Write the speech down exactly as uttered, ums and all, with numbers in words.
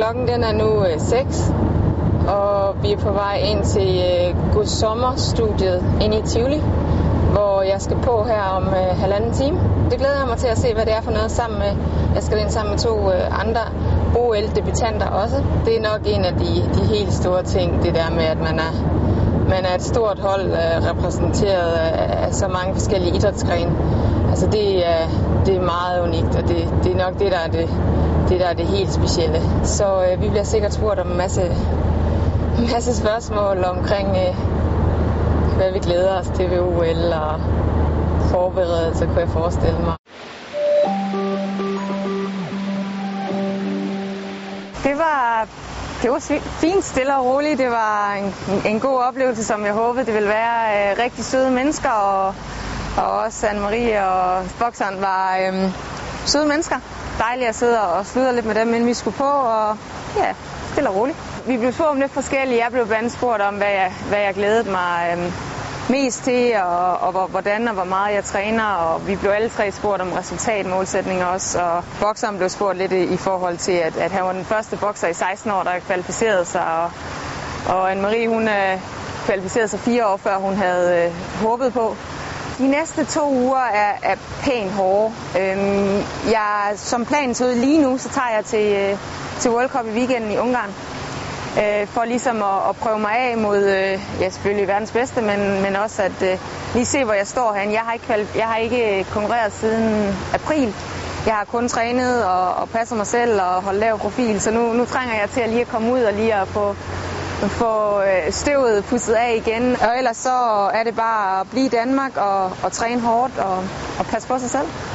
Klokken den er nu seks, og vi er på vej ind til øh, God Sommer-studiet inde i Tivoli, hvor jeg skal på her om øh, halvanden time. Det glæder jeg mig til at se, hvad det er for noget sammen med. Jeg skal ind sammen med to øh, andre O L-debutanter også. Det er nok en af de, de helt store ting, det der med, at man er, man er et stort hold øh, repræsenteret af, af så mange forskellige idrætsgrene. Altså det er, det er meget unikt, og det, det er nok det, der er det, det, der er det helt specielle. Så øh, vi bliver sikkert spurgt om en masse, en masse spørgsmål omkring, øh, hvad vi glæder os til ved O L og forberedelse, kunne jeg forestille mig. Det var, det var fint, stille og roligt. Det var en, en god oplevelse, som jeg håbede, det ville være. Øh, rigtig søde mennesker, og, og også Anne-Marie og bokseren var øh, søde mennesker. Dejligt at sidde og sludre lidt med dem, inden vi skulle på, og ja, stille og roligt. Vi blev spurgt om lidt forskellige. Jeg blev blandt andet spurgt om, hvad jeg, hvad jeg glædede mig øh, mest til, og, og hvordan og hvor meget jeg træner, og vi blev alle tre spurgt om resultatmålsætninger også, og bokseren blev spurgt lidt i forhold til, at, at han var den første bokser i seksten år, der kvalificerede sig, og, og Anne-Marie, hun øh, kvalificerede sig fire år før hun havde øh, håbet på. De næste to uger er, er pænt hårde. Øhm, jeg, som planen ser ud lige nu, så tager jeg til, øh, til World Cup i weekenden i Ungarn. Øh, for ligesom at, at prøve mig af mod, øh, ja selvfølgelig verdens bedste, men, men også at øh, lige se, hvor jeg står hen. Jeg har ikke, jeg har ikke konkurreret siden april. Jeg har kun trænet og, og passet mig selv og holdt lav profil, så nu, nu trænger jeg til at lige at komme ud og lige at få, få støvet pudset af igen. Og ellers så er det bare at blive i Danmark og, og træne hårdt og, og passe på sig selv.